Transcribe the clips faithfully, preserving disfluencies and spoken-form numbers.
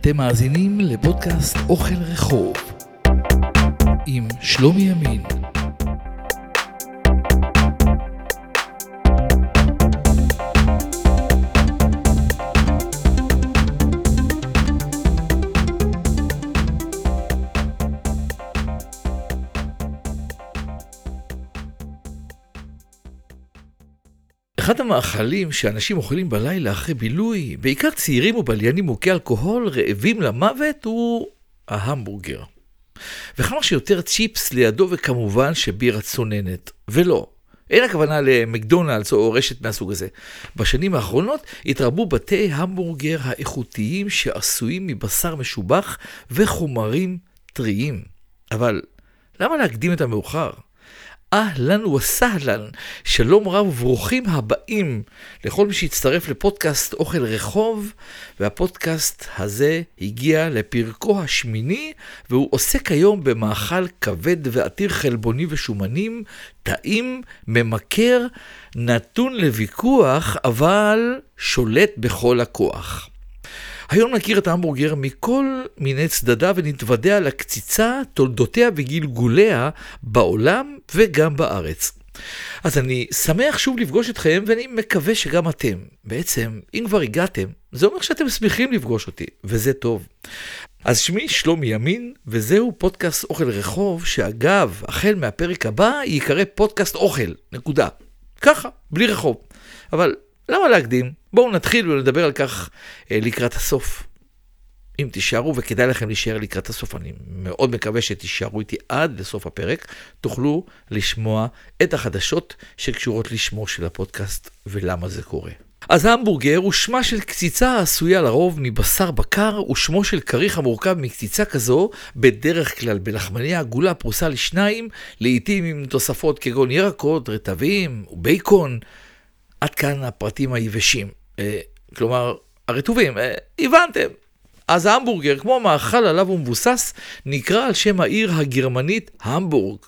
אתם מאזינים לפודקאסט אוכל רחוב עם שלומי ימין. אחד המאכלים שאנשים אוכלים בלילה אחרי בילוי, בעיקר צעירים ובליינים מוכי אלכוהול רעבים למוות, הוא ההמבורגר. וכמה שיותר צ'יפס לידו, וכמובן שבירה צוננת. ולא, אין הכוונה למקדונלדס או רשת מהסוג הזה. בשנים האחרונות התרבו בתי המבורגר האיכותיים שעשויים מבשר משובח וחומרים טריים. אבל למה להקדים את המאוחר? אהלן וסהלן, שלום רב וברוכים הבאים לכל מי שהצטרף לפודקאסט אוכל רחוב, והפודקאסט הזה הגיע לפרקו השמיני, והוא עוסק היום במאכל כבד ועתיר חלבוני ושומנים, טעים, ממכר, נתון לוויכוח, אבל שולט בכל הכוח. היום נכיר את ההמבורגר מכל מיני צדדיו ונתוודע לקציצה, תולדותיה וגלגוליה בעולם וגם בארץ. אז אני שמח שוב לפגוש אתכם, ואני מקווה שגם אתם. בעצם, אם כבר הגעתם, זה אומר שאתם שמחים לפגוש אותי, וזה טוב. אז שמי שלומי ימין, וזהו פודקאסט אוכל רחוב, שאגב, החל מהפרק הבא, ייקרא פודקאסט אוכל, נקודה. ככה, בלי רחוב. אבל למה להקדים? בואו נתחיל ולדבר על כך אה, לקראת הסוף. אם תישארו, וכדאי לכם להישאר לקראת הסוף, אני מאוד מקווה שתישארו איתי עד לסוף הפרק, תוכלו לשמוע את החדשות שקשורות לשמו של הפודקאסט ולמה זה קורה. אז ההמבורגר הוא שמה של קציצה עשויה לרוב מבשר בקר, ושמו של כריך המורכב מקציצה כזו, בדרך כלל בלחמניה עגולה פרוסה לשניים, לעתים עם תוספות כגון ירקות, רטבים ובייקון. עד כאן הפרטים היבשים, אה, כלומר הרטובים, אה, הבנתם. אז ההמבורגר, כמו מאכל עליו הוא מבוסס, נקרא על שם העיר הגרמנית המבורג.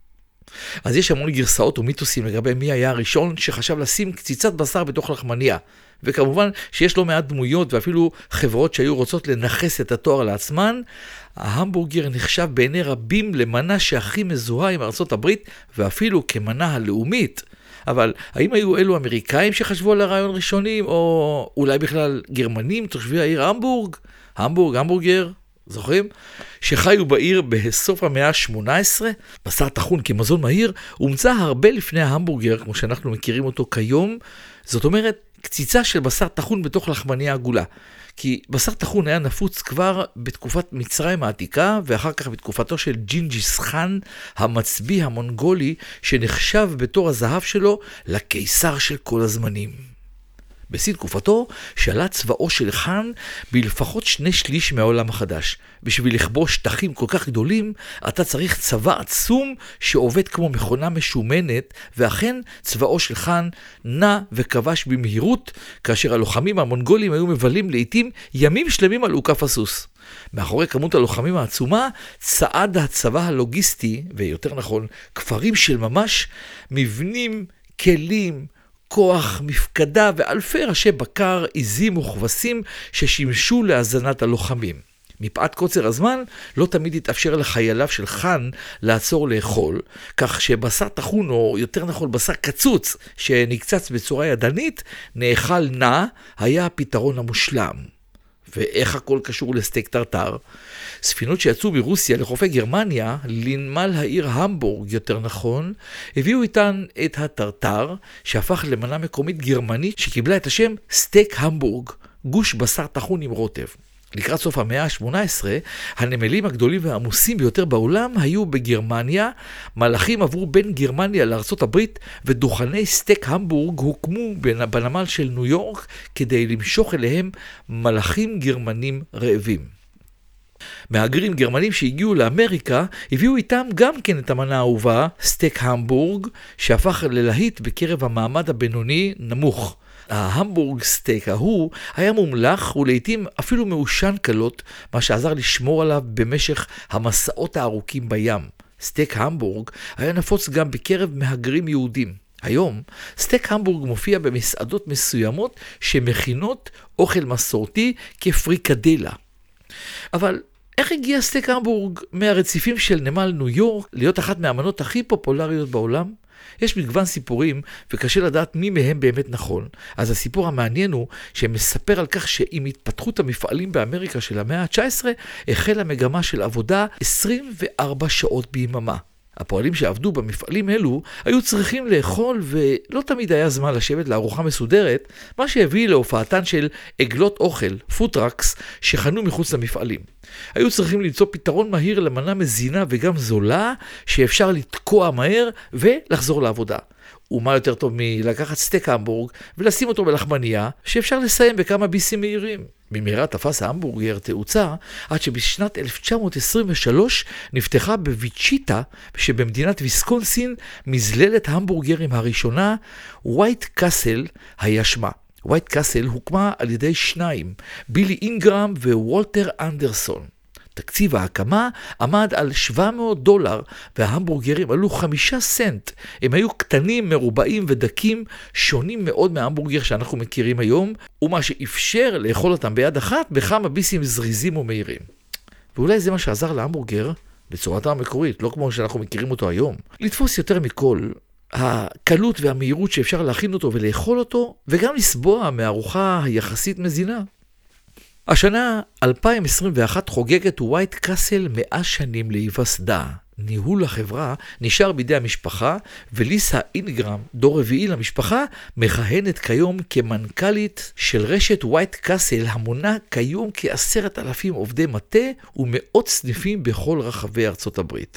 אז יש המון גרסאות ומיתוסים לגבי מי היה הראשון שחשב לשים קציצת בשר בתוך לחמניה, וכמובן שיש לא מעט דמויות ואפילו חברות שהיו רוצות לנחס את התואר לעצמן. ההמבורגר נחשב בעיני רבים למנה שהכי מזוהה עם ארצות הברית, ואפילו כמנה הלאומית. אבל האם היו אלו אמריקאים שחשבו על הרעיון ראשונים, או אולי בכלל גרמנים, תושבי העיר המבורג, המבורג, המבורגר, זוכרים? שחיו בעיר בסוף המאה ה-שמונה עשרה, בשר טחון כמזון מהיר, הומצא הרבה לפני ההמבורגר, כמו שאנחנו מכירים אותו כיום. זאת אומרת, קציצה של בשר טחון בתוך לחמניה עגולה. כי בשר טחון היה נפוץ כבר בתקופת מצרים העתיקה, ואחר כך בתקופתו של ג'ינג'יס חאן, המצביא המונגולי, שנחשב בתור הזהב שלו לקיסר של כל הזמנים. בשיא תקופתו שלט צבאו של חאן בלפחות שני שליש מהעולם החדש. בשביל לכבוש שטחים כל כך גדולים, אתה צריך צבא עצום שעובד כמו מכונה משומנת, ואכן צבאו של חאן נע וכבש במהירות, כאשר הלוחמים המונגולים היו מבלים לעתים ימים שלמים על עוקף הסוס. מאחורי כמות הלוחמים העצומה, צעד הצבא הלוגיסטי, ויותר נכון, כפרים של ממש, מבנים, כלים, כוח, מפקדה ואלפי ראשי בקר, עזים וכבשים ששימשו להזנת הלוחמים. מפאת קוצר הזמן, לא תמיד התאפשר לחייליו של חאן לעצור לאכול, כך שבשר טחון, או יותר נכון בשר קצוץ, שנקצץ בצורה ידנית, נאכל נע, היה הפתרון המושלם. ואיך הכל קשור לסטייק טרטר? ספינות שיצאו ברוסיה לחופי גרמניה, לנמל העיר המבורג יותר נכון, הביאו איתן את הטרטר, שהפך למנה מקומית גרמנית שקיבלה את השם סטייק המבורג, גוש בשר טחון עם רוטב. לקראת סוף המאה ה-שמונה עשרה, הנמלים הגדולים והעמוסים ביותר בעולם היו בגרמניה. מלאכים עברו בין גרמניה לארצות הברית, ודוכני סטייק המבורג הוקמו בנמל של ניו יורק כדי למשוך אליהם מלאכים גרמנים רעבים. מהגרים גרמנים שהגיעו לאמריקה הביאו איתם גם כן את המנה האהובה, סטייק המבורג, שהפך ללהיט בקרב המעמד הבינוני נמוך. ההמבורג סטייק ההוא היה מומלח ולעיתים אפילו מעושן קלות, מה שעזר לשמור עליו במשך המסעות הארוכים בים. סטייק המבורג היה נפוץ גם בקרב מהגרים יהודים. היום סטייק המבורג מופיע במסעדות מסוימות שמכינות אוכל מסורתי כפריקדלה. אבל איך הגיע סטייק המבורג מהרציפים של נמל ניו יורק להיות אחת מהמנות הכי פופולריות בעולם? יש מגוון סיפורים וקשה לדעת מי מהם באמת נכון. אז הסיפור המעניין הוא שמספר על כך שעם התפתחות המפעלים באמריקה של המאה ה-תשע עשרה החלה מגמה של עבודה עשרים וארבע שעות ביממה. הפועלים שעבדו במפעלים אלו היו צריכים לאכול ולא תמיד היה זמן לשבת לארוחה מסודרת, מה שהביא להופעתן של עגלות אוכל, פוטרקס, שחנו מחוץ למפעלים. היו צריכים למצוא פתרון מהיר למנה מזינה וגם זולה שאפשר לתקוע מהר ולחזור לעבודה. ומה יותר טוב מלקחת סטייק המבורג ולשים אותו בלחמניה שאפשר לסיים בכמה ביסים מהירים. במהרה תפס ההמבורגר תאוצה עד שבשנת אלף תשע מאות עשרים ושלוש נפתחה בוויצ'יטה שבמדינת ויסקונסין מזללת ההמבורגרים הראשונה, ווייט קאסל היה שמה. ווייט קאסל הוקמה על ידי שניים, בילי אינגרם ווולטר אנדרסון. תקציב ההקמה עמד על שבע מאות דולר וההמבורגרים עלו חמישה סנט. הם היו קטנים, מרובעים ודקים, שונים מאוד מההמבורגר שאנחנו מכירים היום, ומה שאפשר לאכול אותם ביד אחת בכמה ביסים זריזים ומהירים. ואולי זה מה שעזר להמבורגר בצורתה המקורית, לא כמו שאנחנו מכירים אותו היום. לתפוס יותר מכל הקלות והמהירות שאפשר להכין אותו ולאכול אותו, וגם לסבוע מארוחה היחסית מזינה. השנה אלפיים עשרים ואחת חוגגת ווייט קאסל מאה שנים להיווסדה. ניהול החברה נשאר בידי המשפחה, וליסה אינגרם, דור רביעי למשפחה, מכהנת כיום כמנכ"לית של רשת ווייט קאסל, המונה כיום כעשרת אלפים עובדי מטה ומאות סניפים בכל רחבי ארצות הברית.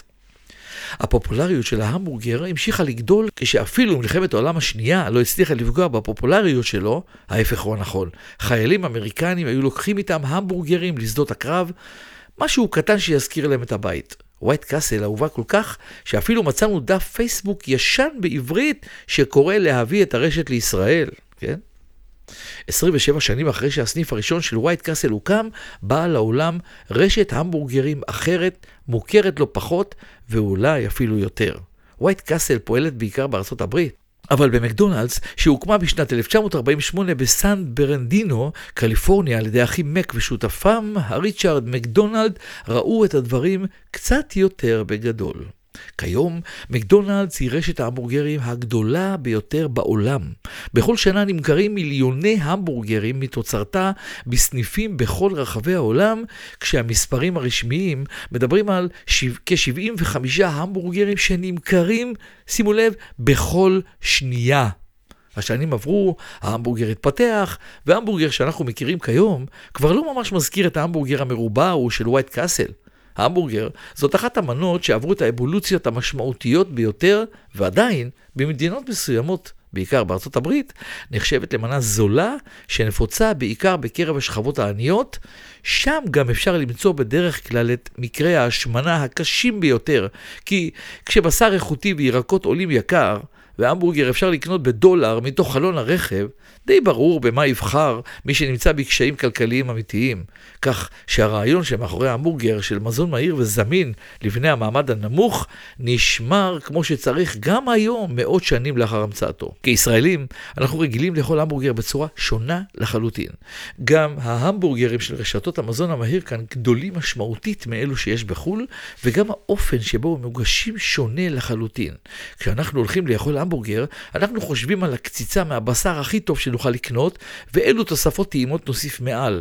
הפופולריות של ההמבורגר המשיכה לגדול כשאפילו מלחמת העולם השנייה לא הצליחה לפגוע בפופולריות שלו, ההפך הוא הנכון. חיילים אמריקנים היו לוקחים איתם המבורגרים לשדות הקרב, משהו קטן שיזכיר להם את הבית. ווייט קאסל אהובה כל כך שאפילו מצאנו דף פייסבוק ישן בעברית שקורא להביא את הרשת לישראל, כן? עשרים ושבע שנים אחרי שהסניף הראשון של ווייט קאסל הוקם, באה לעולם רשת המבורגרים אחרת, מוכרת לא פחות ואולי אפילו יותר. ווייט קאסל פועלת בעיקר בארצות הברית, אבל במקדונלדס, שהוקמה בשנת אלף תשע מאות ארבעים ושמונה בסן ברנדינו, קליפורניה, על ידי אחים מק ושותפם, הריצ'רד מקדונלד, ראו את הדברים קצת יותר בגדול. כיום, מקדונלדס היא רשת ההמבורגרים הגדולה ביותר בעולם. בכל שנה נמכרים מיליוני המבורגרים מתוצרתה בסניפים בכל רחבי העולם, כשהמספרים הרשמיים מדברים על כ-שבעים וחמישה המבורגרים שנמכרים, שימו לב, בכל שנייה. השנים עברו, ההמבורגר התפתח, וההמבורגר שאנחנו מכירים כיום כבר לא ממש מזכיר את ההמבורגר המרובע הוא של ווייט קאסל. ההמבורגר זאת אחת המנות שעברו את האבולוציות המשמעותיות ביותר, ועדיין במדינות מסוימות, בעיקר בארצות הברית, נחשבת למנה זולה שנפוצה בעיקר בקרב השכבות העניות. שם גם אפשר למצוא בדרך כלל את מקרי ההשמנה הקשים ביותר, כי כשבשר איכותי וירקות עולים יקר, וההמבורגר אפשר לקנות בדולר מתוך חלון הרכב, די ברור במה יבחר מי שנמצא בקשיים כלכליים אמיתיים. כך שהרעיון שמאחורי ההמבורגר של מזון מהיר וזמין לבני המעמד הנמוך נשמר כמו שצריך גם היום מאות שנים לאחר המצאתו. כישראלים אנחנו רגילים לאכול המבורגר בצורה שונה לחלוטין. גם ההמבורגרים של רשתות המזון המהיר כאן גדולים משמעותית מאלו שיש בחול, וגם האופן שבו הם מוגשים שונה לחלוטין. כשאנחנו הולכים לאכול המבורגר, אנחנו חושבים על הקציצה מהבשר הכי טוב שנוכל לקנות, ואילו תוספות טעימות נוסיף מעל.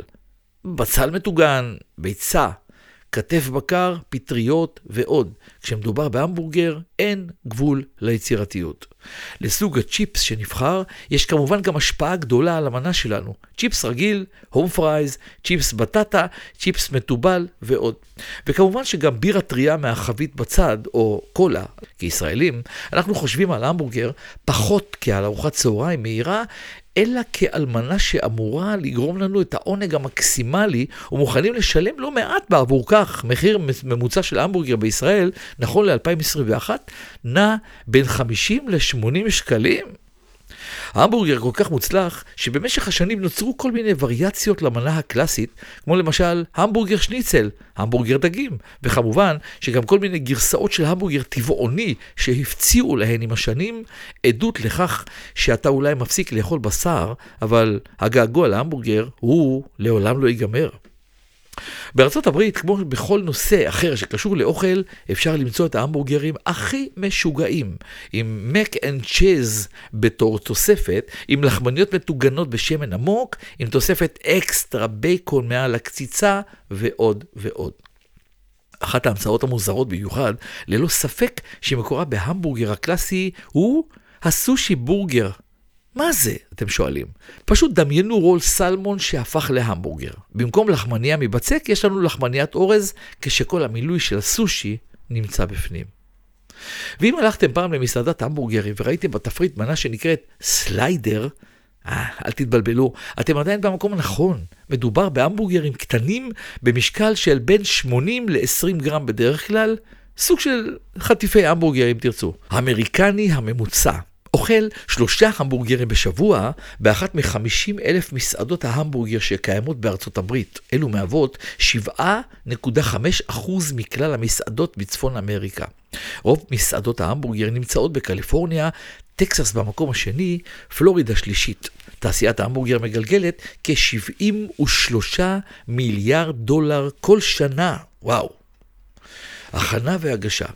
בצל מטוגן, ביצה, כתף בקר, פטריות ועוד. כשמדובר בהמבורגר, אין גבול ליצירתיות. לסוג הצ'יפס שנבחר, יש כמובן גם השפעה גדולה על המנה שלנו. צ'יפס רגיל, הום פרייז, צ'יפס בטטה, צ'יפס מטובל ועוד. וכמובן שגם בירה טריה מהחבית בצד, או קולה. כישראלים, אנחנו חושבים על המבורגר פחות כעל ארוחת צהריים מהירה, אלא כעלמנה שאמורה לגרום לנו את העונג המקסימלי, ומוכנים לשלם לא מעט בעבור כך. מחיר ממוצע של המבורגר בישראל, נכון ל-אלפיים עשרים ואחת, נע בין חמישים לשמונים שקלים. ההמבורגר כל כך מוצלח, שבמשך השנים נוצרו כל מיני וריאציות למנה הקלאסית, כמו למשל המבורגר שניצל, המבורגר דגים, וכמובן שגם כל מיני גרסאות של המבורגר טבעוני שהפציעו להן עם השנים, עדות לכך שאתה אולי מפסיק לאכול בשר, אבל הגעגוע להמבורגר הוא לעולם לא ייגמר. בארצות הברית, כמו בכל נושא אחר שקשור לאוכל, אפשר למצוא את ההמבורגרים הכי משוגעים, עם מק אנד צ'יז בתור תוספת, עם לחמניות מטוגנות בשמן עמוק, עם תוספת אקסטרה בייקון מעל הקציצה, ועוד ועוד. אחת ההמצאות המוזרות במיוחד, ללא ספק שמקורה בהמבורגר הקלאסי, הוא הסושי בורגר. מה זה? אתם שואלים. פשוט דמיינו רול סלמון שהפך להמבורגר. במקום לחמניה מבצק, יש לנו לחמניית אורז, כשכל המילוי של הסושי נמצא בפנים. ואם הלכתם פעם למסעדת המבורגרים וראיתם בתפריט מנה שנקראת סליידר, אה, אל תתבלבלו, אתם עדיין במקום הנכון. מדובר בהמבורגרים קטנים במשקל של בין שמונים ל-עשרים גרם בדרך כלל, סוג של חטיפי המבורגר אם תרצו. האמריקני הממוצע אוכל שלושה המבורגרים בשבוע באחת מ-חמישים אלף מסעדות ההמבורגר שקיימות בארצות הברית. אלו מהוות שבע נקודה חמש אחוז מכלל המסעדות בצפון אמריקה. רוב מסעדות ההמבורגר נמצאות בקליפורניה, טקסס במקום השני, פלורידה שלישית. תעשיית ההמבורגר מגלגלת כ-שבעים ושלושה מיליארד דולר כל שנה. וואו. הכנה והגשה.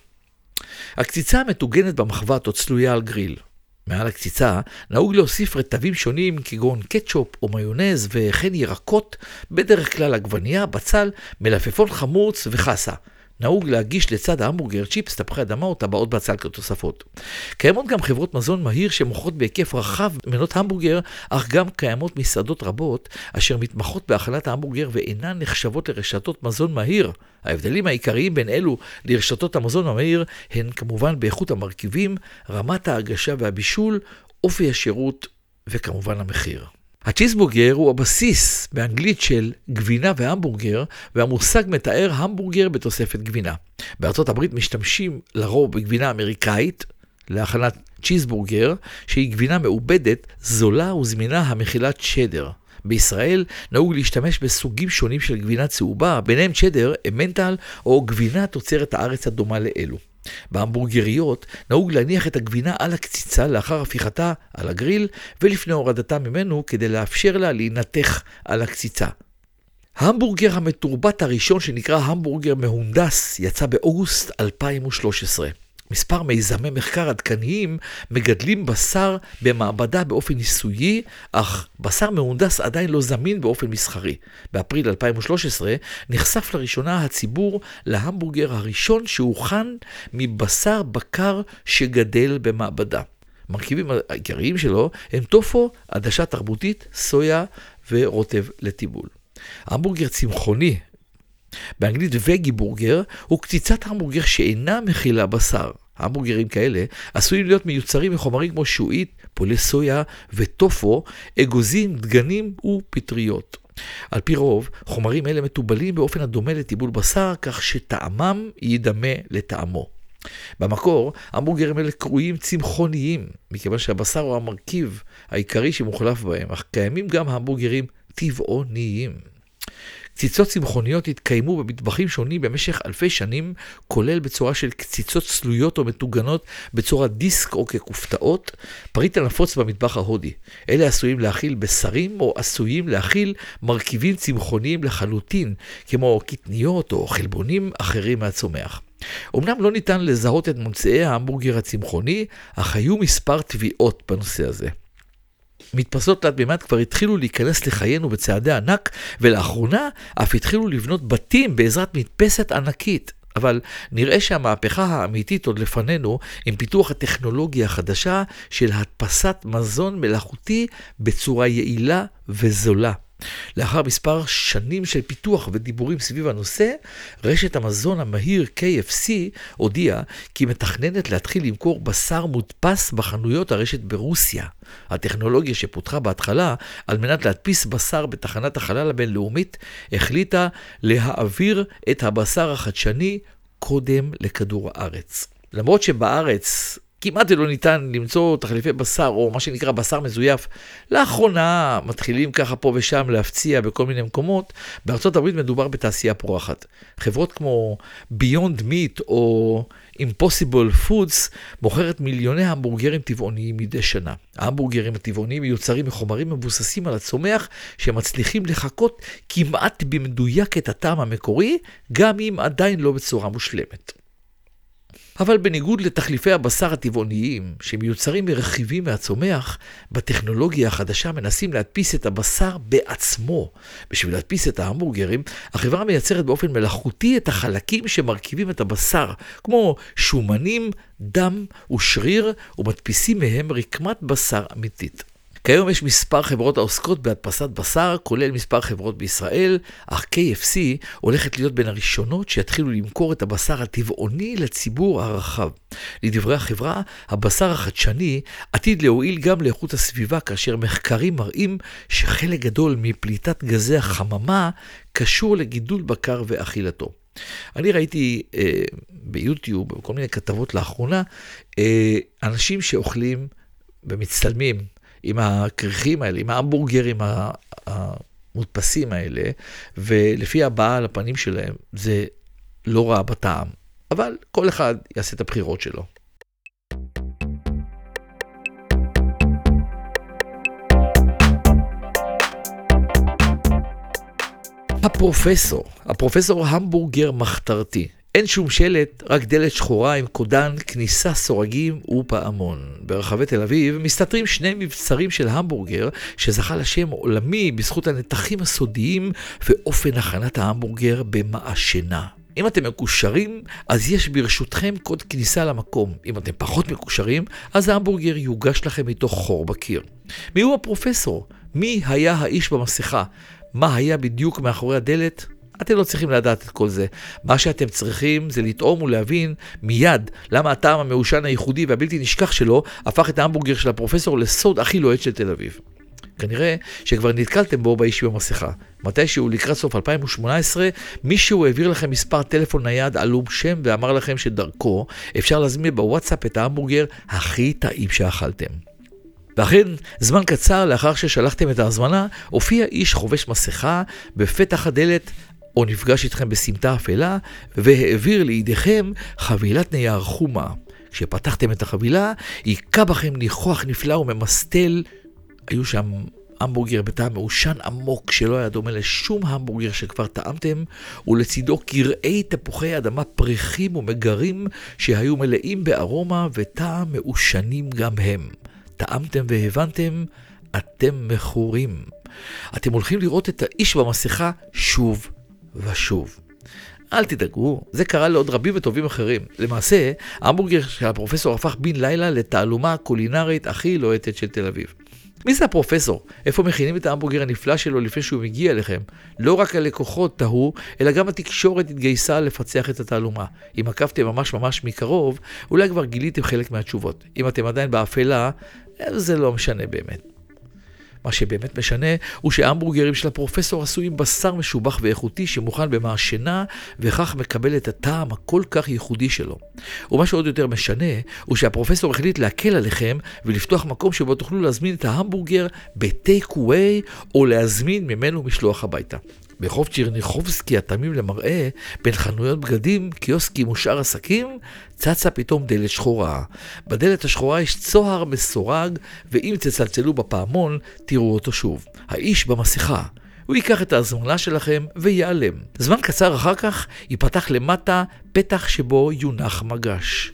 הקציצה המטוגנת במחבת או צלויה על גריל. מעל הקציצה נהוג להוסיף רטבים שונים כגון קטשופ או מיונז וכן ירקות, בדרך כלל עגבנייה, בצל, מלפפון חמוץ וחסה. נהוג להגיש לצד ההמבורגר צ'יפס, תפוחי אדמה או טבעות בצל כתוספות. קיימות גם חברות מזון מהיר שמוכרות בהיקף רחב מנות המבורגר, אך גם קיימות מסעדות רבות אשר מתמחות בהכנת ההמבורגר ואינן נחשבות לרשתות מזון מהיר. ההבדלים העיקריים בין אלו לרשתות המזון המהיר הן כמובן באיכות המרכיבים, רמת ההגשה והבישול, אופי השירות וכמובן המחיר. הצ'יזבורגר הוא הבסיס באנגלית של גבינה והמבורגר, והמושג מתאר המבורגר בתוספת גבינה. בארצות הברית משתמשים לרוב בגבינה אמריקאית להכנת צ'יזבורגר, שהיא גבינה מעובדת, זולה וזמינה המכילה צ'דר. בישראל נהוג להשתמש בסוגים שונים של גבינה צהובה, ביניהם צ'דר, אמנטל או גבינה תוצרת הארץ הדומה לאלו. בהמבורגריות נהוג להניח את הגבינה על הקציצה לאחר הפיכתה על הגריל ולפני הורדתה ממנו כדי לאפשר לה להינתך על הקציצה. ההמבורגר המתורבת הראשון שנקרא המבורגר מהונדס יצא באוגוסט אלפיים ושלוש עשרה. מספר מיזמי מחקר עדכניים מגדלים בשר במעבדה באופן ניסויי, אך בשר מהונדס עדיין לא זמין באופן מסחרי. באפריל אלפיים ושלוש עשרה נחשף לראשונה הציבור להמבורגר הראשון שהוכן מבשר בקר שגדל במעבדה. מרכיבים העיקריים שלו הם טופו, עדשה תרבותית, סויה ורוטב לטיבול. המבורגר צמחוני, באנגלית וגי בורגר, הוא קציצת המבורגר שאינה מכילה בשר. המבורגרים כאלה עשויים להיות מיוצרים מחומרים כמו שועית, פולי סויה וטופו, אגוזים, דגנים ופטריות. על פי רוב, חומרים אלה מטובלים באופן הדומה לטיבול בשר, כך שטעמם ידמה לטעמו. במקור, המבורגרים אלה קרויים צמחוניים, מכיוון שהבשר הוא המרכיב העיקרי שמוחלף בהם, אך קיימים גם המבורגרים טבעוניים. קציצות צמחוניות התקיימו במטבחים שונים במשך אלפי שנים, כולל בצורה של קציצות צלויות או מטוגנות בצורה דיסק או ככופתאות, פריט הנפוץ במטבח ההודי. אלה עשויים להכיל בשרים או עשויים להכיל מרכיבים צמחוניים לחלוטין, כמו קטניות או חלבונים אחרים מהצומח. אמנם לא ניתן לזהות את ממצאי ההמבורגר הצמחוני, אך היו מספר תביעות בנושא הזה. מדפסות תלת מימד כבר התחילו להיכנס לחיינו בצעדי ענק, ולאחרונה אף התחילו לבנות בתים בעזרת מדפסת ענקית. אבל נראה שהמהפכה האמיתית עוד לפנינו עם פיתוח הטכנולוגיה החדשה של הדפסת מזון מלאכותי בצורה יעילה וזולה. לאחר מספר שנים של פיתוח ודיבורים סביב הנושא, רשת המזון המהיר קיי אף סי הודיעה כי מתכננת להתחיל למכור בשר מודפס בחנויות הרשת ברוסיה. הטכנולוגיה שפותחה בהתחלה על מנת להדפיס בשר בתחנת החלל הבינלאומית החליטה להעביר את הבשר החדשני קודם לכדור הארץ. למרות שבארץ כמעט ולא ניתן למצוא תחליפי בשר, או מה שנקרא בשר מזויף. לאחרונה מתחילים ככה פה ושם להפציע בכל מיני מקומות. בארצות הברית מדובר בתעשייה פורחת. חברות כמו Beyond Meat או Impossible Foods מוכרת מיליוני המבורגרים טבעוניים מדי שנה. ההמבורגרים הטבעוניים מיוצרים מחומרים מבוססים על הצומח שמצליחים לחכות כמעט במדויק את הטעם המקורי, גם אם עדיין לא בצורה מושלמת. אבל בניגוד לתחליפי הבשר הטבעוניים שמיוצרים מרכיבים מהצומח, בטכנולוגיה החדשה מנסים להדפיס את הבשר בעצמו. בשביל להדפיס את ההמבורגרים, החברה מייצרת באופן מלאכותי את החלקים שמרכיבים את הבשר, כמו שומנים, דם ושריר, ומדפיסים מהם רקמת בשר אמיתית. כיום יש מספר חברות העוסקות בהדפסת בשר, כולל מספר חברות בישראל, אך קיי אף סי הולכת להיות בין הראשונות שיתחילו למכור את הבשר הטבעוני לציבור הרחב. לדברי החברה, הבשר החדשני עתיד להועיל גם לאיכות הסביבה, כאשר מחקרים מראים שחלק גדול מפליטת גזי החממה קשור לגידול בקר ואכילתו. אני ראיתי אה, ביוטיוב, בכל מיני כתבות לאחרונה, אה, אנשים שאוכלים ומצטלמים עם הכריכים האלה, עם ההמבורגרים המודפסים האלה, ולפי הבעה על הפנים שלהם, זה לא רע בטעם. אבל כל אחד יעשה את הבחירות שלו. הפרופסור, הפרופסור המבורגר מחתרתי. אין שום שלט, רק דלת שחורה עם קודן, כניסה, סורגים ופעמון. ברחבי תל אביב מסתתרים שני מבצרים של המבורגר שזכה לשם עולמי בזכות הנתחים הסודיים ואופן הכנת ההמבורגר במעשנה. אם אתם מקושרים, אז יש ברשותכם קוד כניסה למקום. אם אתם פחות מקושרים, אז ההמבורגר יוגש לכם מתוך חור בקיר. מי הוא הפרופסור? מי היה האיש במסכה? מה היה בדיוק מאחורי הדלת? אתם לא צריכים לדעת את כל זה. מה שאתם צריכים זה לטעום ולהבין מיד למה הטעם המעושן הייחודי והבלתי נשכח שלו הפך את ההמבורגר של הפרופסור לסוד הכי לוהט של תל אביב. כנראה שכבר נתקלתם בו באיש במסכה. מתישהו לקראת סוף אלפיים ושמונה עשרה, מישהו העביר לכם מספר טלפון נייד עלום שם ואמר לכם שדרכו אפשר להזמין בוואטסאפ את ההמבורגר הכי טעים שאכלתם. ואכן, זמן קצר לאחר ששלחתם את ההזמנה, הופיע איש חובש מסכה בפתח הדלת, או נפגש איתכם בסמטה אפלה, והעביר לידיכם חבילת נייר חומה. כשפתחתם את החבילה, היכה בכם ניחוח נפלא וממסטל. היו שם המבורגר בטעם מעושן עמוק שלא היה דומה לשום המבורגר שכבר טעמתם, ולצידו קרעי תפוחי אדמה פריחים ומגרים שהיו מלאים בארומה וטעם מעושנים גם הם. טעמתם והבנתם, אתם מכורים. אתם הולכים לראות את האיש במסכה שוב ושוב. אל תדאגו, זה קרה לעוד רבים וטובים אחרים. למעשה, ההמבורגר של הפרופסור הפך בן לילה לתעלומה הקולינרית הכי לוהטת של תל אביב. מי זה הפרופסור? איפה מכינים את ההמבורגר הנפלא שלו לפני שהוא מגיע אליכם? לא רק הלקוחות תהו, אלא גם התקשורת התגייסה לפצח את התעלומה. אם עקבתם ממש ממש מקרוב, אולי כבר גיליתם חלק מהתשובות. אם אתם עדיין באפלה, זה לא משנה באמת. מה שבאמת משנה הוא שההמבורגרים של הפרופסור עשויים בשר משובח ואיכותי שמוכן במעשנה וכך מקבל את הטעם הכל כך ייחודי שלו. ומה שעוד יותר משנה הוא שהפרופסור החליט להקל עליכם ולפתוח מקום שבו תוכלו להזמין את ההמבורגר בטייק אווי או להזמין ממנו משלוח הביתה. ברחוב צ'רניחובסקי התמים למראה, בין חנויות בגדים, קיוסקים ושאר עסקים, צצה פתאום דלת שחורה. בדלת השחורה יש צוהר מסורג, ואם תצלצלו בפעמון, תראו אותו שוב. האיש במסכה. הוא ייקח את ההזמנה שלכם ויעלם. זמן קצר אחר כך ייפתח למטה פתח שבו יונח מגש.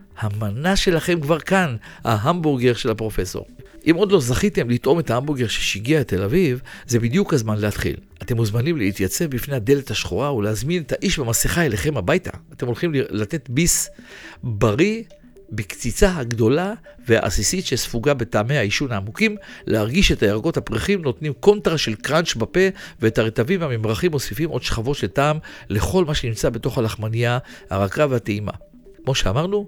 המנה שלכם כבר כאן, ההמבורגר של הפרופסור. אם עוד לא זכיתם לטעום את ההמבורגר ששיגע את תל אביב, זה בדיוק הזמן להתחיל. אתם מוזמנים להתייצב בפני הדלת השחורה ולהזמין את האיש במסכה אליכם הביתה. אתם הולכים לתת ביס בריא בקציצה הגדולה והעסיסית שספוגה בטעמי העישון העמוקים, להרגיש את הירקות הפרחים, נותנים קונטרה של קראנץ' בפה, ואת הרטבים הממרחים מוסיפים עוד שכבות של טעם לכל מה שנמצא בתוך הלחמניה, הרכה והטעימה. כמו שאמרנו,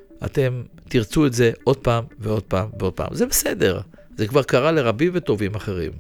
אתם תרצו את זה עוד פעם ועוד פעם ועוד פעם. זה בסדר. זה כבר קרה לרבים וטובים אחרים.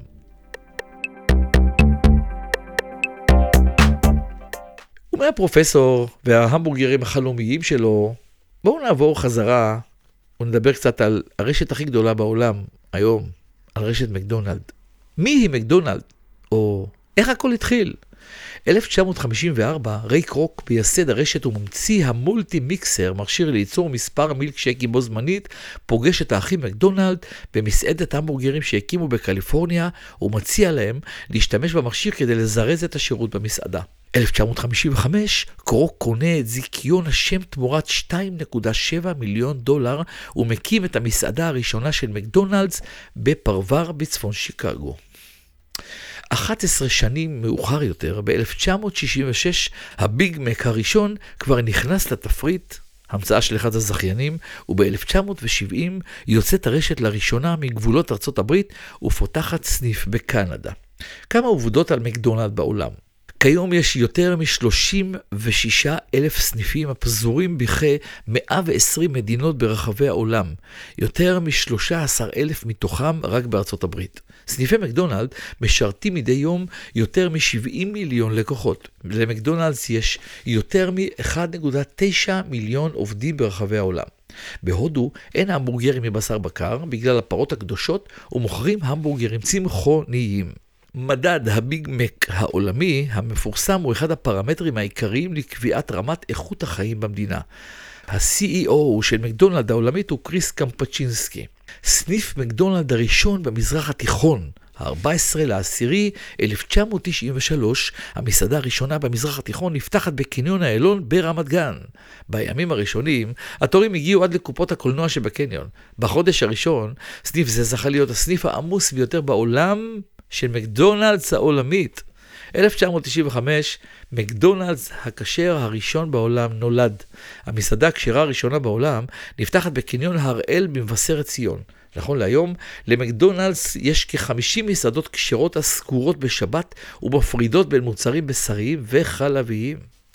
ומהפרופסור וההמבורגרים החלומיים שלו, בואו נעבור חזרה ונדבר קצת על הרשת הכי גדולה בעולם היום, על רשת מקדונלד. מי היא מקדונלד? או איך הכל התחיל? אלף תשע מאות חמישים וארבע, ריי קרוק, מייסד הרשת וממציא המולטי מיקסר, מכשיר לייצור מספר מילקשייקים בו זמנית, פוגש את האחים מקדונלד במסעדת המבורגרים שהקימו בקליפורניה, ומציע להם להשתמש במכשיר כדי לזרז את השירות במסעדה. אלף תשע מאות חמישים וחמש, קרוק קונה את זיכיון השם תמורת שתיים נקודה שבע מיליון דולר, ומקים את המסעדה הראשונה של מקדונלדס בפרבר בצפון שיקגו. אחת עשרה שנים מאוחר יותר, ב-אלף תשע מאות שישים ושש, הביג מק הראשון כבר נכנס לתפריט, המצאה של אחד הזכיינים, וב-אלף תשע מאות שבעים יוצאת הרשת לראשונה מגבולות ארצות הברית ופותחת סניף בקנדה. כמה עובדות על מקדונלד בעולם? כיום יש יותר מ-שלושים ושישה אלף סניפים הפזורים בכ-מאה ועשרים מדינות ברחבי העולם, יותר מ-שלושה עשר אלף מתוכם רק בארצות הברית. סניפי מקדונלד משרתים מדי יום יותר מ-שבעים מיליון לקוחות. למקדונלדס יש יותר מ-אחד נקודה תשע מיליון עובדים ברחבי העולם. בהודו אין המבורגרים מבשר בקר בגלל הפרות הקדושות ומוכרים המבורגרים צמחוניים. מדד הביג מק העולמי המפורסם הוא אחד הפרמטרים העיקריים לקביעת רמת איכות החיים במדינה. ה-סי אי או של מקדונלד העולמית הוא קריס קמפצ'ינסקי. סניף מקדונלד הראשון במזרח התיכון, ה-ארבעה עשר לעשירי אלף תשע מאות תשעים ושלוש, המסעדה הראשונה במזרח התיכון נפתחת בקניון האלון ברמת גן. בימים הראשונים, התורים הגיעו עד לקופות הקולנוע שבקניון. בחודש הראשון, סניף זה זכה להיות הסניף העמוס ביותר בעולם של מקדונלדס העולמית. אלף תשע מאות תשעים וחמש, מקדונלדס הכשר הראשון בעולם נולד. המסעדה הכשרה הראשונה בעולם נפתחת בקניון הראל במבשרת ציון. נכון להיום, למקדונלדס יש כ-חמישים מסעדות כשרות הסגורות בשבת ומפרידות בין מוצרים בשריים וחלביים.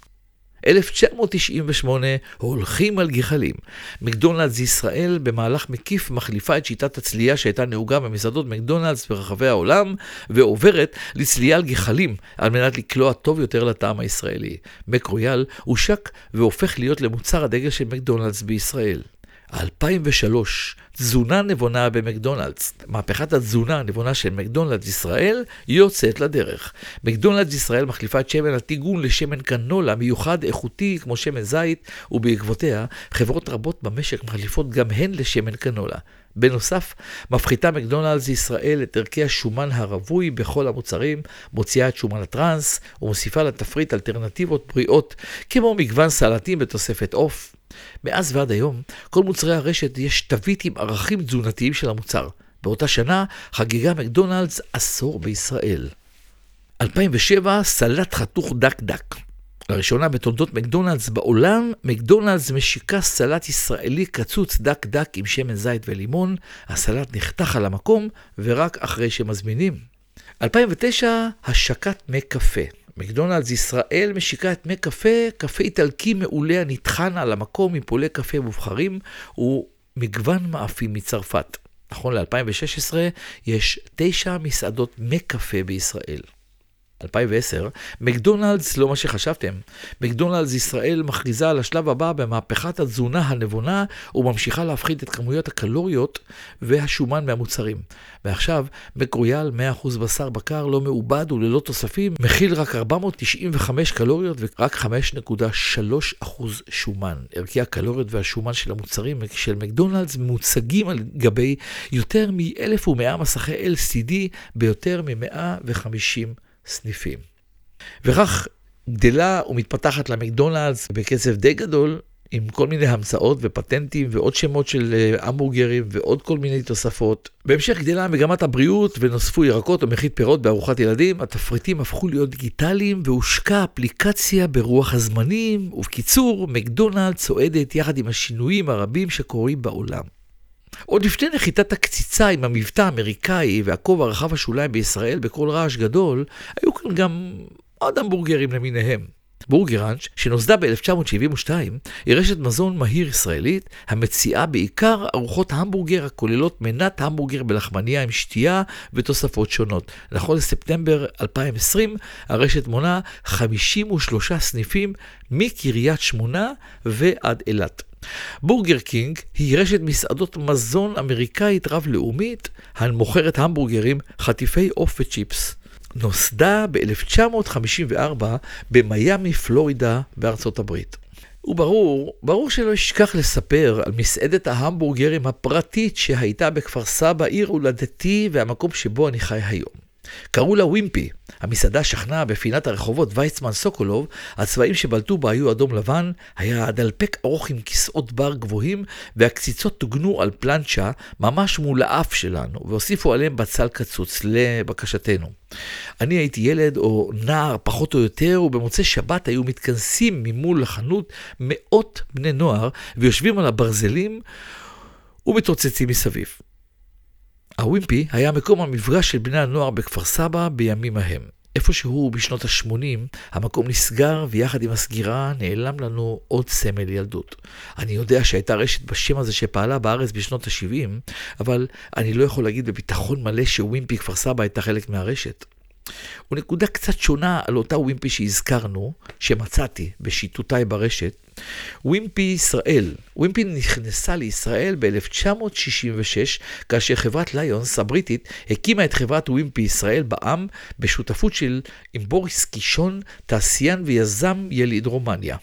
אלף תשע מאות תשעים ושמונה, הולכים על גחלים. מקדונלדס ישראל במהלך מקיף מחליפה את שיטת הצלייה שהייתה נהוגה במסעדות מקדונלדס ברחבי העולם, ועוברת לצלייה על גחלים על מנת לקלוע טוב יותר לטעם הישראלי. מק רויאל הושק והופך להיות למוצר הדגל של מקדונלדס בישראל. אלפיים ושלוש, תזונה נבונה במקדונלדס. מהפכת התזונה הנבונה של מקדונלדס ישראל יוצאת לדרך. מקדונלדס ישראל מחליפה את שמן הטיגון לשמן קנולה מיוחד איכותי כמו שמן זית, ובעקבותיה חברות רבות במשק מחליפות גם הן לשמן קנולה. בנוסף, מפחיתה מקדונלדס ישראל את ערכי השומן הרווי בכל המוצרים, מוציאה את שומן הטרנס ומוסיפה לתפריט אלטרנטיבות בריאות כמו מגוון סלטים בתוספת עוף. מאז ועד היום, כל מוצרי הרשת יש תווית עם ערכים תזונתיים של המוצר. באותה שנה חגגה מקדונלדס עשור בישראל. אלפיים ושבע, סלט חתוך דק דק. לראשונה בתולדות מקדונלדס בעולם, מקדונלדס משיקה סלט ישראלי קצוץ דק דק עם שמן זית ולימון. הסלט נחתך על המקום ורק אחרי שמזמינים. אלפיים ותשע, השקת מק קפה. מקדונלדס ישראל משיקה את מק קפה, קפה איטלקי מעולה הנטחן על המקום עם פולי קפה מובחרים ומגוון מאפים מצרפת. נכון ל-אלפיים ושש עשרה יש תשע מסעדות מק קפה בישראל. אלפיים ועשר, מקדונלדס לא מה שחשבתם. מקדונלדס ישראל מכריזה על השלב הבא במהפכת התזונה הנבונה וממשיכה להפחית את כמויות הקלוריות והשומן מהמוצרים. ועכשיו, מק רויאל מאה אחוז בשר בקר לא מעובד וללא תוספים, מכיל רק ארבע מאות תשעים וחמש קלוריות ורק חמש נקודה שלוש אחוז שומן. ערכי הקלוריות והשומן של המוצרים של מקדונלדס מוצגים על גבי יותר מ-אלף ומאה מסכי אל סי די ביותר מ-מאה וחמישים סניפים. וכך גדלה ומתפתחת למקדונלדס בקצב די גדול, עם כל מיני המצאות ופטנטים ועוד שמות של המבורגרים ועוד כל מיני תוספות. בהמשך גדלה מגמת הבריאות ונוספו ירקות ומחית פירות בארוחת ילדים. התפריטים הפכו להיות דיגיטליים והושקה אפליקציה ברוח הזמנים. ובקיצור, מקדונלדס צועדת יחד עם השינויים הרבים שקורים בעולם. עוד לפני נחיתת הקציצה עם המבטא האמריקאי והכובע רחב השוליים בישראל בכל רעש גדול, היו כאן גם עוד המבורגרים למיניהם. בורגראנץ', שנוסדה ב-אלף תשע מאות שבעים ושתיים, היא רשת מזון מהיר ישראלית, המציעה בעיקר ארוחות המבורגר הכוללות מנת המבורגר בלחמניה עם שתייה ותוספות שונות. נכון לספטמבר אלפיים ועשרים, הרשת מונה חמישים ושלושה סניפים מקריית שמונה ועד אילת. בורגר קינג היא רשת מסעדות מזון אמריקאית רב-לאומית, המוכרת המבורגרים, חטיפי עוף וצ'יפס. נוסדה ב-אלף תשע מאות חמישים וארבע במיימי, פלורידה, בארצות הברית. וברור, ברור שלא ישכח לספר על מסעדת ההמבורגרים הפרטית שהייתה בכפר סבא, עיר הולדתי והמקום שבו אני חי היום. קראו לה ווימפי. המסעדה שכנה בפינת הרחובות ויצמן סוקולוב, הצבעים שבלטו בה היו אדום לבן, היה דלפק ארוך עם כיסאות בר גבוהים, והקציצות תוגנו על פלנצ'ה ממש מול האף שלנו, והוסיפו עליהם בצל קצוץ לבקשתנו. אני הייתי ילד או נער פחות או יותר, ובמוצאי שבת היו מתכנסים ממול לחנות מאות בני נוער, ויושבים על הברזלים ומתרוצצים מסביב. הווימפי היה מקום המפגש של בני הנוער בכפר סבא בימים ההם. איפשהו בשנות ה-שמונים, המקום נסגר, ויחד עם הסגירה נעלם לנו עוד סמל ילדות. אני יודע שהייתה רשת בשם הזה שפעלה בארץ בשנות ה-שבעים, אבל אני לא יכול להגיד בביטחון מלא שווימפי כפר סבא הייתה חלק מהרשת. ונקודה קצת שונה על אותה ווימפי שהזכרנו, שמצאתי בשיטותיי ברשת, ווימפי ישראל. ווימפי נכנסה לישראל ב-אלף תשע מאות שישים ושש, כאשר חברת ליונס הבריטית הקימה את חברת ווימפי ישראל בע"מ, בשותפות של עם בוריס קישון, תעשיין ויזם יליד רומניה.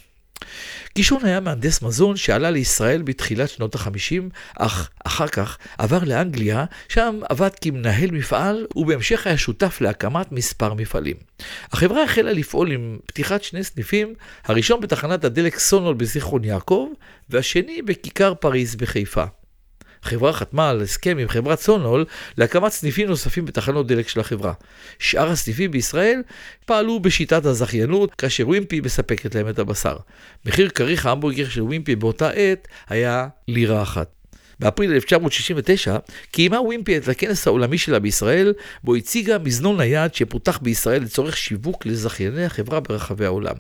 קישון היה מהנדס מזון שעלה לישראל בתחילת שנות ה-חמישים, אך אחר כך עבר לאנגליה, שם עבד כמנהל מפעל, ובהמשך היה שותף להקמת מספר מפעלים. החברה החלה לפעול עם פתיחת שני סניפים, הראשון בתחנת הדלק סונול בזיכרון יעקב, והשני בכיכר פריז בחיפה. החברה חתמה על הסכם עם חברת סונול להקמת סניפים נוספים בתחנות דלק של החברה. שאר הסניפים בישראל פעלו בשיטת הזכיינות, כאשר ווימפי מספקת להם את הבשר. מחיר כריך ההמבורגר של ווימפי באותה עת היה לירה אחת. באפריל אלף תשע מאות שישים ותשע קיימה ווימפי את הכנס העולמי שלה בישראל, בו הציגה מזנון נייד שפותח בישראל לצורך שיווק לזכייני החברה ברחבי העולם.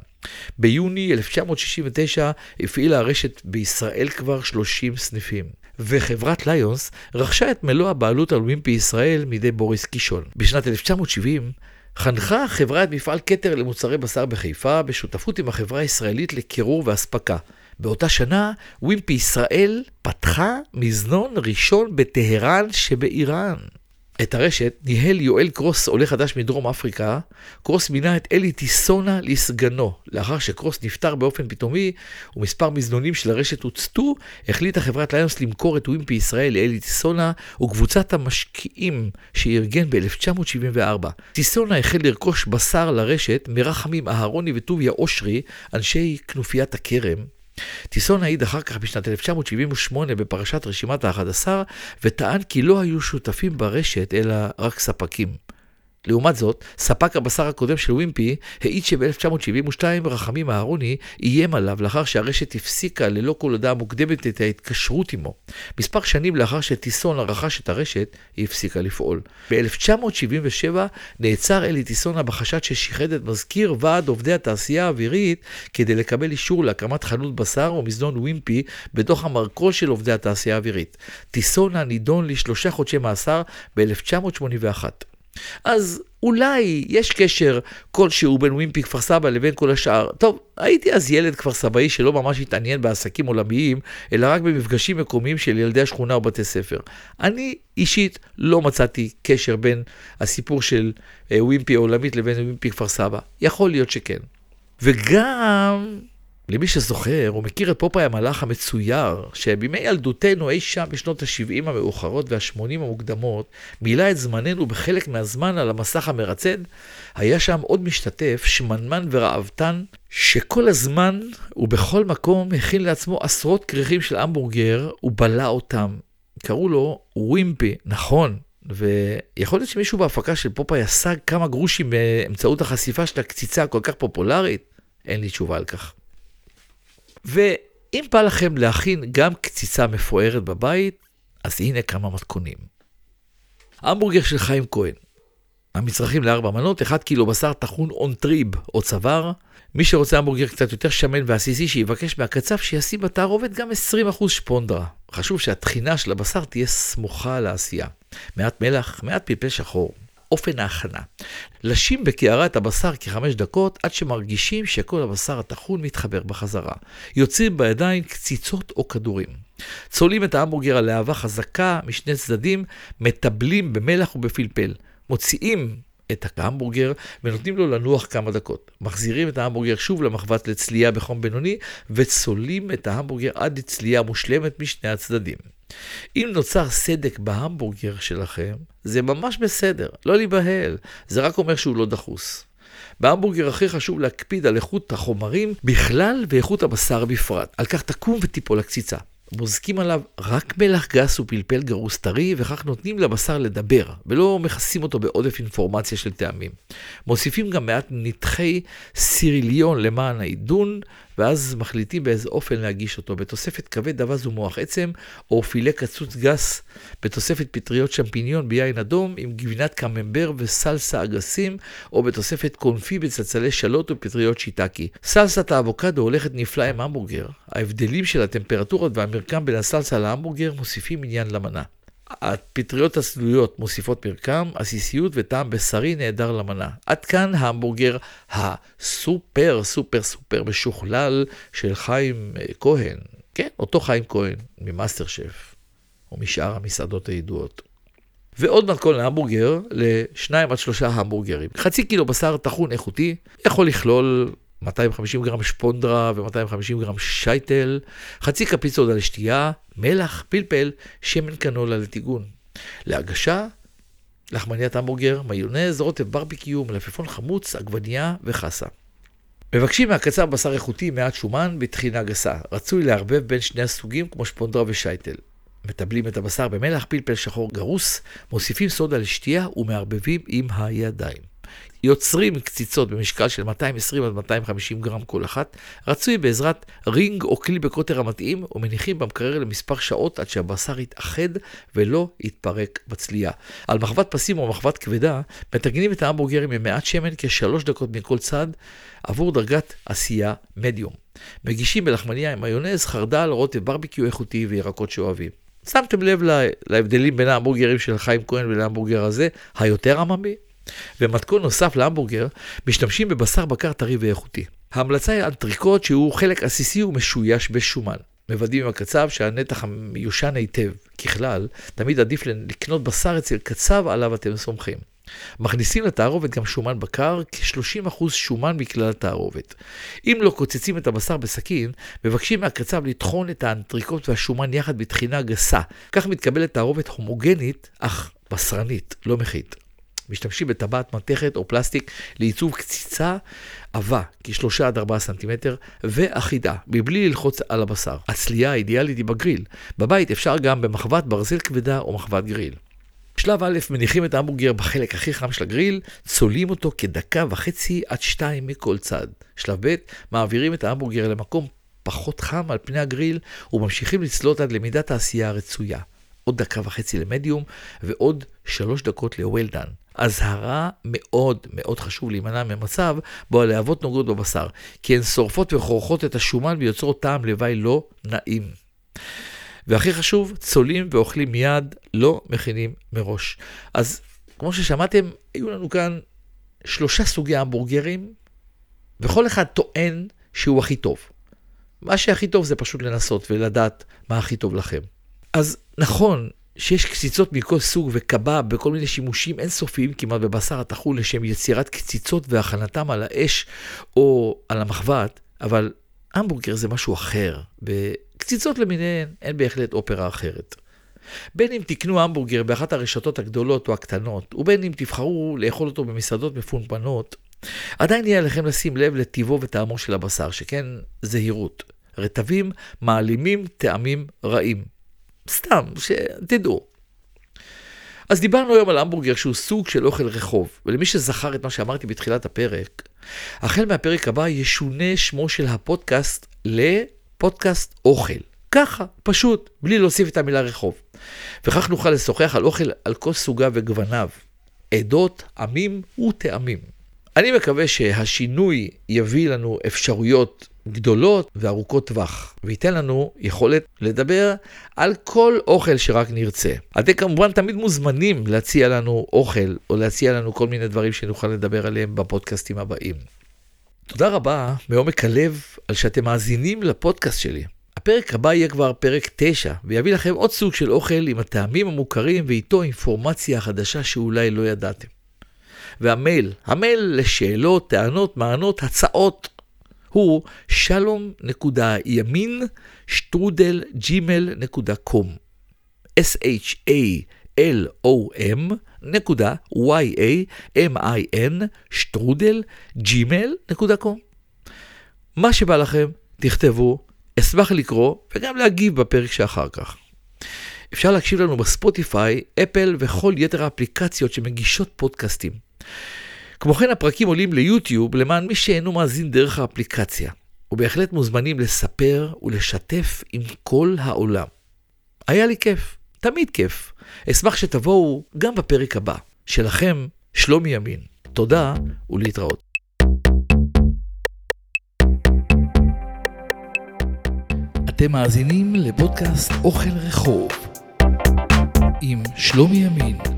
ביוני אלף תשע מאות שישים ותשע הפעילה הרשת בישראל כבר שלושים סניפים. וחברת ליונס רכשה את מלוא הבעלות על ווימפי ישראל מידי בוריס קישון. בשנת אלף תשע מאות שבעים חנכה החברה את מפעל כתר למוצרי בשר בחיפה, בשותפות עם החברה הישראלית לקירור והספקה. באותה שנה ווימפי ישראל פתחה מזנון ראשון בטהרן שבאיראן. את הרשת ניהל יואל קרוס, עולה חדש מדרום אפריקה. קרוס מינה את אלי טיסונה לסגנו. לאחר שקרוס נפטר באופן פתאומי ומספר מזנונים של הרשת הוצתו, החליטה חברת ליונס למכור את ווימפי ישראל לאלי טיסונה וקבוצת המשקיעים שארגן ב-אלף תשע מאות שבעים וארבע. טיסונה החל לרכוש בשר לרשת מרחמים אהרוני וטוביה אושרי, אנשי כנופיית הכרם. טיסון העיד אחר כך בשנת אלף תשע מאות שבעים ושמונה בפרשת רשימת ה-אחד עשר, וטען כי לא היו שותפים ברשת אלא רק ספקים. לעומת זאת, ספק הבשר הקודם של ווימפי העיד שב-אלף תשע מאות שבעים ושתיים רחמים אהרוני איים עליו לאחר שהרשת הפסיקה ללא כל הודעה מוקדמת את ההתקשרות עמו. מספר שנים לאחר שטיסון רכש את הרשת, היא הפסיקה לפעול. ב-אלף תשע מאות שבעים ושבע נעצר אלי טיסונה בחשד ששיחד את מזכיר ועד עובדי התעשייה האווירית כדי לקבל אישור להקמת חנות בשר ומזנון ווימפי בתוך המרכול של עובדי התעשייה האווירית. טיסונה נידון לשלושה חודשי מאסר ב-אלף תשע מאות שמונים ואחת. אז אולי יש קשר כלשהו בין ווימפי כפר סבא לבין כל השאר. טוב, הייתי אז ילד כפר סבאי שלא ממש התעניין בעסקים עולמיים, אלא רק במפגשים מקומיים של ילדי השכונה או בתי ספר. אני אישית לא מצאתי קשר בין הסיפור של ווימפי העולמית לבין ווימפי כפר סבא. יכול להיות שכן. וגם למי שזוכר, הוא מכיר את פופאי המלאך המצויר, שבימי ילדותנו אי שם בשנות ה-שבעים המאוחרות וה-שמונים המוקדמות, מילא את זמננו בחלק מהזמן על המסך המרצד. היה שם עוד משתתף, שמנמן ורעבתן, שכל הזמן ובכל מקום הכין לעצמו עשרות כריכים של המבורגר ובלע אותם. קראו לו ווימפי, נכון. ויכול להיות שמישהו בהפקה של פופאי עשה כמה גרושים באמצעות החשיפה של הקציצה הכל כך פופולרית? אין לי תשובה על כך. ואם בא לכם להכין גם קציצה מפוארת בבית, אז הנה כמה מתכונים. המבורגר של חיים כהן. המצרכים לארבע מנות, אחד קילו בשר טחון און טריב או צוואר. מי שרוצה המבורגר קצת יותר שמן ועסיסי, שיבקש מהקצב שישים בתערובת גם עשרים אחוז שפונדרה. חשוב שהטחינה של הבשר תהיה סמוכה לעשייה. מעט מלח, מעט פלפל שחור. אופן ההכנה. לשים בקערה את הבשר כחמש דקות עד שמרגישים שכל הבשר הטחון מתחבר בחזרה. יוצאים בידיים קציצות או כדורים. צולים את ההמבורגר על להבה חזקה משני צדדים, מטבלים במלח ובפלפל. מוציאים את ההמבורגר ונותנים לו לנוח כמה דקות. מחזירים את ההמבורגר שוב למחבת לצלייה בחום בינוני וצולים את ההמבורגר עד לצלייה מושלמת משני הצדדים. אם נוצר סדק בהמבורגר שלכם, זה ממש בסדר, לא להיבהל, זה רק אומר שהוא לא דחוס. בהמבורגר הכי חשוב להקפיד על איכות החומרים בכלל ואיכות הבשר בפרט. על כך תקום ותיפול הקציצה. מוזקים עליו רק מלח גס ופלפל גרוס טרי, וכך נותנים לבשר לדבר, ולא מכסים אותו בעודף אינפורמציה של טעמים. מוסיפים גם מעט נתחי סיריליון למען העידון, ואז מחליטים באיזה אופן להגיש אותו, בתוספת כבד אבז ומוח עצם, או פילה קצוץ גס, בתוספת פטריות שמפיניון ביין אדום, עם גבינת קממבר וסלסה אגסים, או בתוספת קונפי בצלצלי שלוט ופטריות שיטקי. סלסת האבוקדו הולכת נפלא עם המבורגר. ההבדלים של הטמפרטורות והמרקם בין הסלסה להמבורגר מוסיפים עניין למנה. הפטריות הסלויות מוסיפות מרקם, עסיסיות וטעם בשרי נהדר למנה. עד כאן ההמבורגר הסופר סופר סופר משוכלל של חיים כהן. כן, אותו חיים כהן ממאסטר שף, או משאר המסעדות הידועות. ועוד מתכון להמבורגר לשניים עד שלושה המבורגרים. חצי קילו בשר טחון איכותי, יכול לכלול מאתיים וחמישים גרם שפונדרה ו-מאתיים וחמישים גרם שייטל, חצי כפית סודה לשתייה, מלח, פלפל, שמן קנולה לטיגון. להגשה, לחמניית המבורגר, מיונז, רוטב ברביקיו, מלפפון חמוץ, עגבנייה וחסה. מבקשים מהקצב בשר איכותי מעט שומן בטחינה גסה. רצוי לערבב בין שני הסוגים כמו שפונדרה ושייטל. מטבלים את הבשר במלח, פלפל שחור גרוס, מוסיפים סודה לשתייה ומערבבים עם הידיים. יוצרים קציצות במשקל של מאתיים ועשרים עד מאתיים וחמישים גרם כל אחת, רצוי בעזרת רינג או כלי בקוטר המתאים, ומניחים במקרר למספר שעות עד שהבשר יתאחד ולא יתפרק בצלייה. על מחבת פסים או מחבת כבדה, מתגנים את ההמבורגרים עם מעט שמן כשלוש דקות מכל צד, עבור דרגת עשייה מדיום. מגישים בלחמניה עם מיונז, חרדל, רוטב ברביקיו איכותי וירקות שאוהבים. שמתם לב לה, להבדלים בין ההמבורגרים של חיים כהן ולהמבורגר הזה, היותר עממי? ומתכון נוסף להמבורגר, משתמשים בבשר בקר טרי ואיכותי. ההמלצה היא אנטריקוט שהוא חלק עסיסי ומשויש בשומן. מוודאים עם הקצב שהנתח מיושן היטב. ככלל, תמיד עדיף לקנות בשר אצל קצב עליו אתם סומכים. מכניסים לתערובת גם שומן בקר, כ-שלושים אחוז שומן מכלל התערובת. אם לא קוצצים את הבשר בסכין, מבקשים מהקצב לטחון את האנטריקוט והשומן יחד בטחינה גסה. כך מתקבלת תערובת הומוגנית, אך בשרנית, לא מחית. משתמשים בטבעת מתכת או פלסטיק לעיצוב קציצה עבה, כ-שלושה עד ארבעה סנטימטר, ואחידה, מבלי ללחוץ על הבשר. הצלייה האידיאלית היא בגריל. בבית אפשר גם במחבת ברזל כבדה או מחבת גריל. שלב א', מניחים את ההמבורגר בחלק הכי חם של הגריל, צולים אותו כדקה וחצי עד שתיים מכל צד. שלב ב', מעבירים את ההמבורגר למקום פחות חם על פני הגריל, וממשיכים לצלות עד למידת העשייה הרצויה. עוד דקה וחצי למדיום, ועוד שלוש דקות ל-well done. הזהרה מאוד מאוד חשוב להימנע ממצב בו הלהבות נוגעות בבשר, כי הן שורפות וחורכות את השומן ויוצרות טעם לוואי לא נעים. והכי חשוב, צולים ואוכלים מיד, לא מכינים מראש. אז כמו ששמעתם, היו לנו כאן שלושה סוגי המבורגרים, וכל אחד טוען שהוא הכי טוב. מה שהכי טוב זה פשוט לנסות ולדעת מה הכי טוב לכם. אז נכון שיש קציצות מכל סוג וקבב בכל מיני שימושים אינסופיים כמעט בבשר הטחון לשם יצירת קציצות והכנתם על האש או על המחבת, אבל המבורגר זה משהו אחר. בקציצות למיניהן אין בהחלט אופרה אחרת. בין אם תקנו המבורגר באחת הרשתות הגדולות או הקטנות, ובין אם תבחרו לאכול אותו במסעדות מפונפנות, עדיין יהיה לכם לשים לב לטיבו וטעמו של הבשר, שכן זהירות. רטבים מעלימים טעמים רעים. סתם, שתדעו. אז דיברנו היום על המבורגר שהוא סוג של אוכל רחוב, ולמי שזכר את מה שאמרתי בתחילת הפרק, החל מהפרק הבא ישונה שמו של הפודקאסט לפודקאסט אוכל. ככה, פשוט, בלי להוסיף את המילה רחוב. וכך נוכל לשוחח על אוכל על כל סוגה וגווניו. עדות, עמים וטעמים. אני מקווה שהשינוי יביא לנו אפשרויות גדולות וארוכות טווח, וייתן לנו יכולת לדבר על כל אוכל שרק נרצה. אתם כמובן תמיד מוזמנים להציע לנו אוכל, או להציע לנו כל מיני דברים שנוכל לדבר עליהם בפודקאסטים הבאים. תודה רבה מעומק הלב על שאתם מאזינים לפודקאסט שלי. הפרק הבא יהיה כבר פרק תשע, ויביא לכם עוד סוג של אוכל עם הטעמים המוכרים, ואיתו אינפורמציה חדשה שאולי לא ידעתם. והמייל, המייל לשאלות, טענות, מענות, הצעות, הוא שלום נקודה ימין שטרודל ג'ימייל נקודה קום. S H A L O M נקודה Y A M I N שטרודל ג'ימייל נקודה קום. מה שבא לכם, תכתבו, אשמח לקרוא וגם להגיב בפרק שאחר כך. אפשר להקשיב לנו בספוטיפיי, אפל וכל יתר האפליקציות שמגישות פודקאסטים. כמו כן, הפרקים עולים ליוטיוב למען מי שאינו מאזין דרך האפליקציה, ובהחלט מוזמנים לספר ולשתף עם כל העולם. היה לי כיף, תמיד כיף. אשמח שתבואו גם בפרק הבא. שלכם, שלומי ימין. תודה ולהתראות. אתם מאזינים לפודקאסט אוכל רחוב עם שלומי ימין.